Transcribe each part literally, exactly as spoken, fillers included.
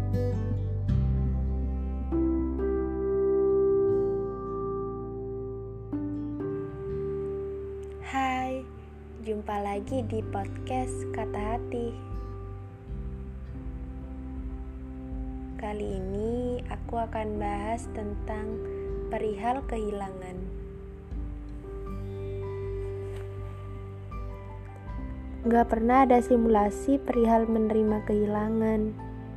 Hai, jumpa lagi di podcast Kata Hati. Kali ini aku akan bahas tentang perihal kehilangan. Gak pernah ada simulasi perihal menerima kehilangan.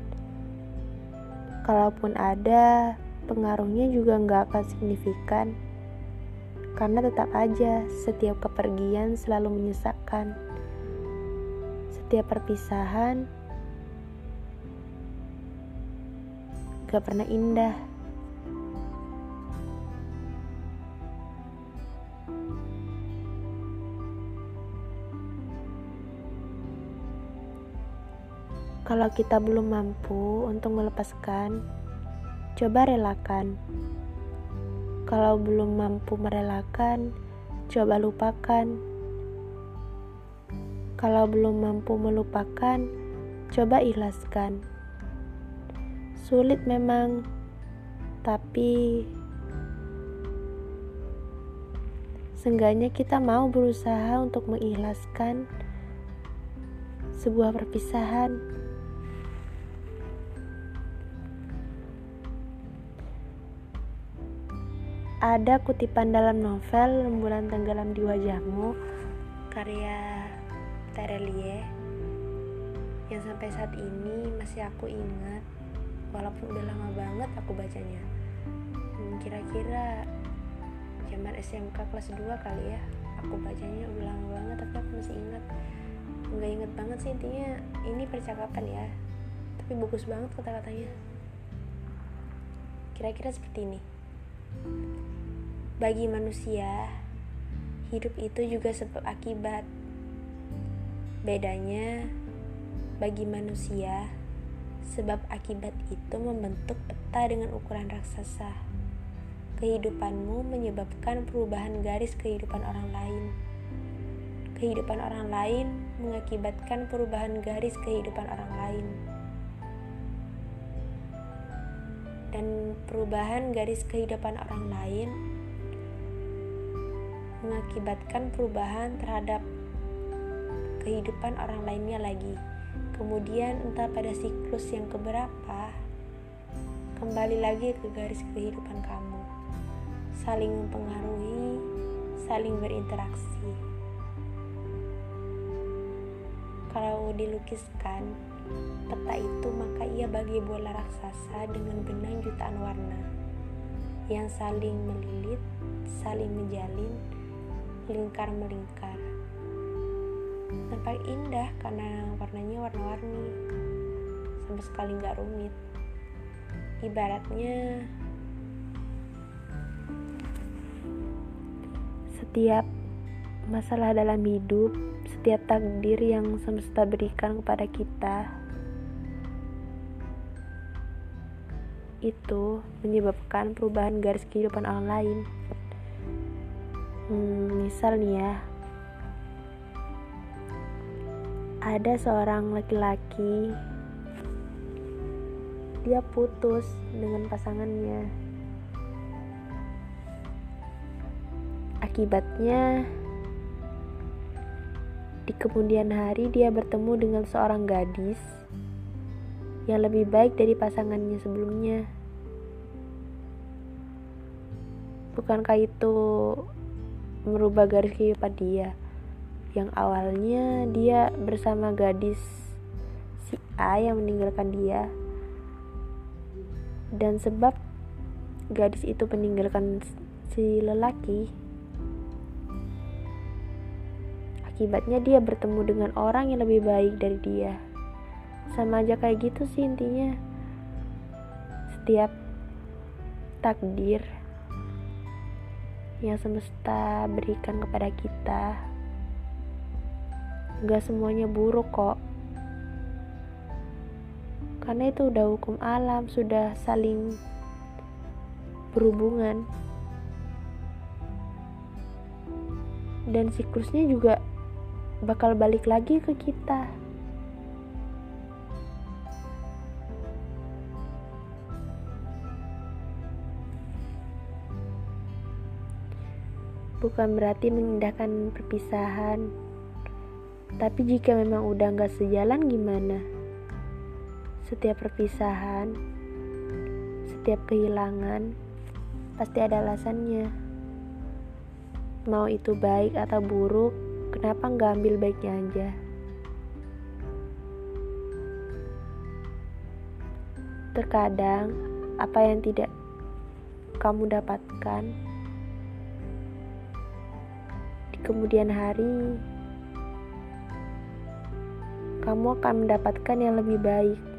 Kalaupun ada, pengaruhnya juga gak akan signifikan. Karena tetap aja setiap kepergian selalu menyesakkan. Setiap perpisahan gak pernah indah. Kalau kita belum mampu untuk melepaskan, coba relakan. Kalau belum mampu merelakan, coba lupakan. Kalau belum mampu melupakan, coba ikhlaskan. Sulit memang, tapi seenggaknya kita mau berusaha untuk mengikhlaskan sebuah perpisahan. Ada kutipan dalam novel Rembulan Tenggelam di Wajahmu karya Terelie yang sampai saat ini masih aku ingat, walaupun udah lama banget aku bacanya. hmm, Kira-kira zaman S M K kelas dua kali ya aku bacanya, udah lama banget tapi aku masih ingat. Nggak inget banget sih, intinya ini percakapan ya, tapi bagus banget kata-katanya. Kira-kira seperti ini. Bagi manusia, hidup itu juga sebab akibat. Bedanya, bagi manusia, sebab akibat itu membentuk peta dengan ukuran raksasa. Kehidupanmu menyebabkan perubahan garis kehidupan orang lain. Kehidupan orang lain mengakibatkan perubahan garis kehidupan orang lain. Dan perubahan garis kehidupan orang lain mengakibatkan perubahan terhadap kehidupan orang lainnya lagi. Kemudian entah pada siklus yang keberapa, kembali lagi ke garis kehidupan kamu. Saling mempengaruhi, saling berinteraksi. Kalau dilukiskan peta itu, maka ia bagai bola raksasa dengan benang jutaan warna yang saling melilit, saling menjalin, melingkar-melingkar. Nampak indah karena warnanya warna-warni, sama sekali gak rumit. Ibaratnya setiap masalah dalam hidup, setiap takdir yang semesta berikan kepada kita itu menyebabkan perubahan garis kehidupan orang lain. Hmm, misal nih ya, ada seorang laki-laki, dia putus dengan pasangannya. Akibatnya, di kemudian hari dia bertemu dengan seorang gadis yang lebih baik dari pasangannya sebelumnya. Bukankah itu merubah garis kehidupan dia? Yang awalnya dia bersama gadis si A yang meninggalkan dia, dan sebab gadis itu meninggalkan si lelaki, akibatnya dia bertemu dengan orang yang lebih baik dari dia. Sama aja kayak gitu sih intinya. Setiap takdir yang semesta berikan kepada kita, gak semuanya buruk kok. Karena itu udah hukum alam, sudah saling berhubungan. Dan siklusnya juga bakal balik lagi ke kita. bukan berarti mengindahkan perpisahan. Tapi jika memang udah gak sejalan gimana? Setiap perpisahan, setiap kehilangan, pasti ada alasannya. Mau itu baik atau buruk, kenapa gak ambil baiknya aja? Terkadang, apa yang tidak kamu dapatkan di kemudian hari, kamu akan mendapatkan yang lebih baik.